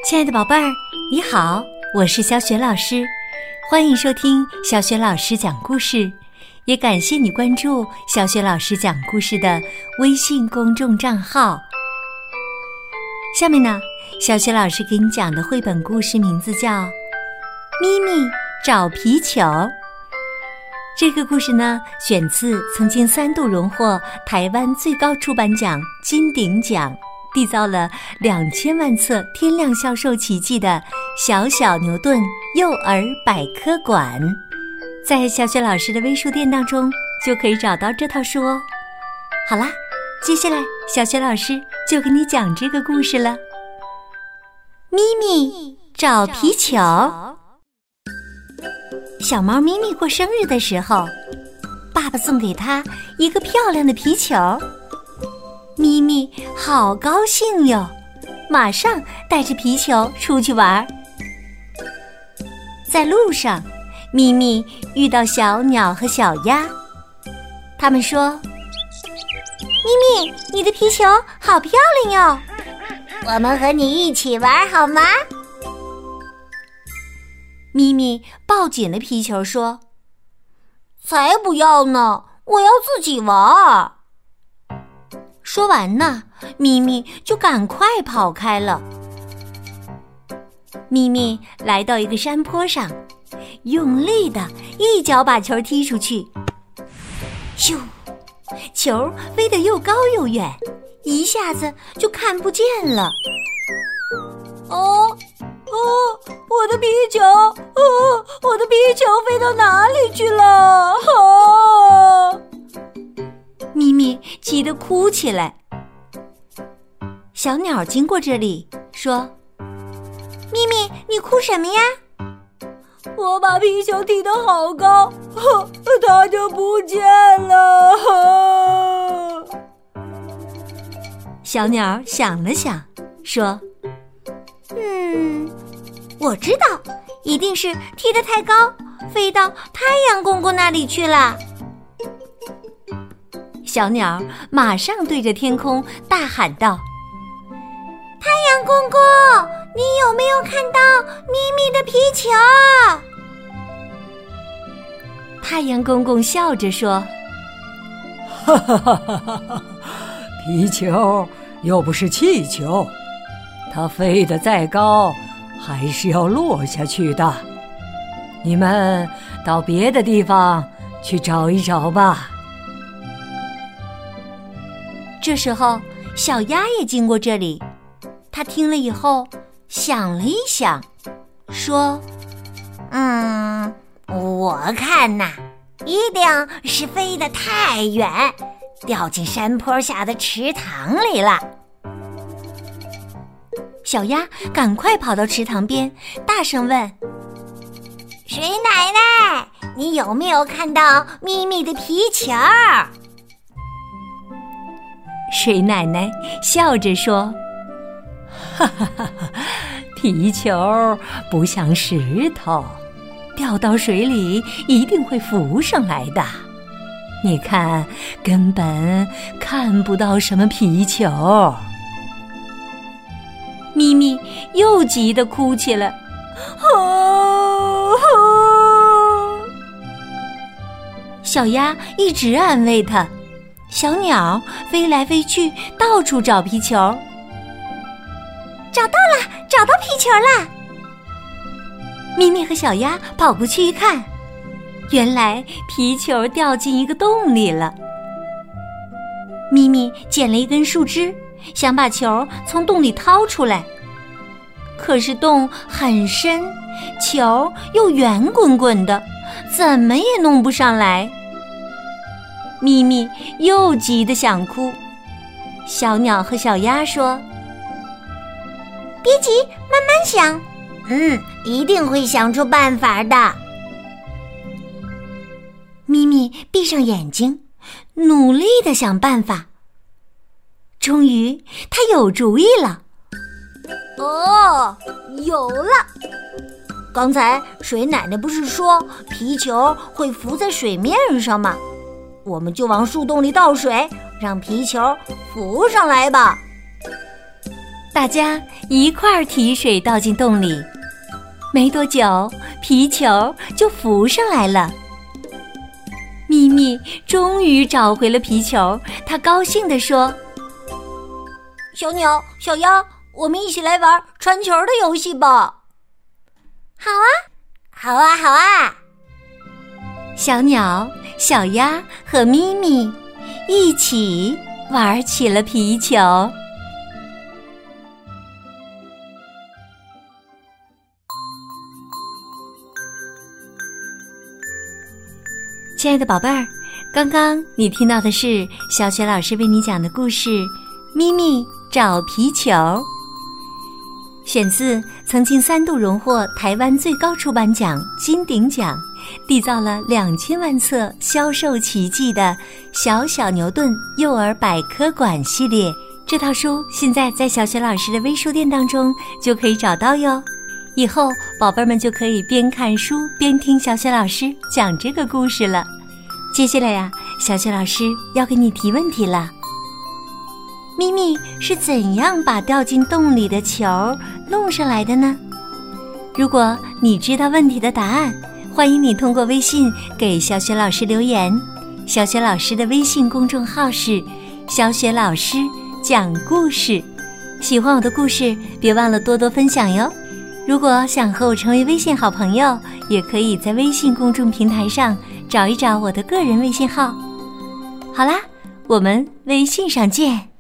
亲爱的宝贝儿，你好，我是小雪老师，欢迎收听小雪老师讲故事，也感谢你关注小雪老师讲故事的微信公众账号。下面呢，小雪老师给你讲的绘本故事名字叫《咪咪找皮球》。这个故事呢，选自曾经3度荣获台湾最高出版奖金鼎奖，缔造了2000万册天量销售奇迹的小小牛顿幼儿百科馆，在小雪老师的微书店当中就可以找到这套书哦。好啦，接下来小雪老师就给你讲这个故事了。咪咪找皮球。小猫咪咪过生日的时候，爸爸送给她一个漂亮的皮球。咪咪好高兴哟，马上带着皮球出去玩。在路上，咪咪遇到小鸟和小鸭，他们说：“咪咪，你的皮球好漂亮哟， 我们和你一起玩好吗？” 咪咪抱紧了皮球说：“ 才不要呢，我要自己玩。” 说完呢，咪咪就赶快跑开了。咪咪来到一个山坡上，用力的一脚把球踢出去，咻，球飞得又高又远，一下子就看不见了。 我的皮球，我的皮球飞到哪里去了？ 咪咪急得哭起来。小鸟经过这里说：“ 咪咪，你哭什么呀？”我把皮球踢得好高，它就不见了。 小鸟想了想说：“ 我知道，一定是踢得太高，飞到太阳公公那里去了。” 小鸟马上对着天空大喊道：“ 太阳公公，你有没有看到咪咪的皮球？” 太阳公公笑着说：“ 哈哈哈哈，皮球又不是气球，它飞得再高还是要落下去的。你们到别的地方去找一找吧。” 这时候，小鸭也经过这里，它听了以后想了一想，说：“ 我看呐，一定是飞得太远，掉进山坡下的池塘里了。” 小鸭赶快跑到池塘边，大声问：“ 水奶奶，你有没有看到咪咪的皮球？” 水奶奶笑着说：“ 哈哈哈哈，皮球不像石头，掉到水里一定会浮上来的。你看，根本看不到什么皮球。” 咪咪又急得哭起来。小鸭一直安慰它，小鸟飞来飞去，到处找皮球。 找到了，找到皮球了！ 咪咪和小鸭跑过去一看，原来皮球掉进一个洞里了。咪咪捡了一根树枝，想把球从洞里掏出来，可是洞很深，球又圆滚滚的，怎么也弄不上来。咪咪又急得想哭。小鸟和小鸭说：“ 别急，慢慢想，一定会想出办法的。” 咪咪闭上眼睛，努力地想办法。终于，他有主意了。 有了！刚才水奶奶不是说皮球会浮在水面上吗？我们就往树洞里倒水，让皮球浮上来吧。 大家一块儿提水倒进洞里。没多久，皮球就浮上来了。咪咪终于找回了皮球，她高兴地说：“ 小鸟、小鸭，我们一起来玩传球的游戏吧！”“ 好啊，好啊，好啊！” 小鸟、小鸭和咪咪一起玩起了皮球。亲爱的宝贝儿，刚刚你听到的是小雪老师为你讲的故事《咪咪找皮球》，选自曾经3度荣获台湾最高出版奖金鼎奖，缔造了2000万册销售奇迹的小小牛顿幼儿百科馆系列。这套书现在在小雪老师的微书店当中就可以找到哟。以后宝贝们就可以边看书边听小雪老师讲这个故事了。接下来呀，小雪老师要给你提问题了。咪咪是怎样把掉进洞里的球弄上来的呢？如果你知道问题的答案，欢迎你通过微信给小雪老师留言。小雪老师的微信公众号是小雪老师讲故事。喜欢我的故事，别忘了多多分享哟。如果想和我成为微信好朋友，也可以在微信公众平台上找一找我的个人微信号。好啦，我们微信上见。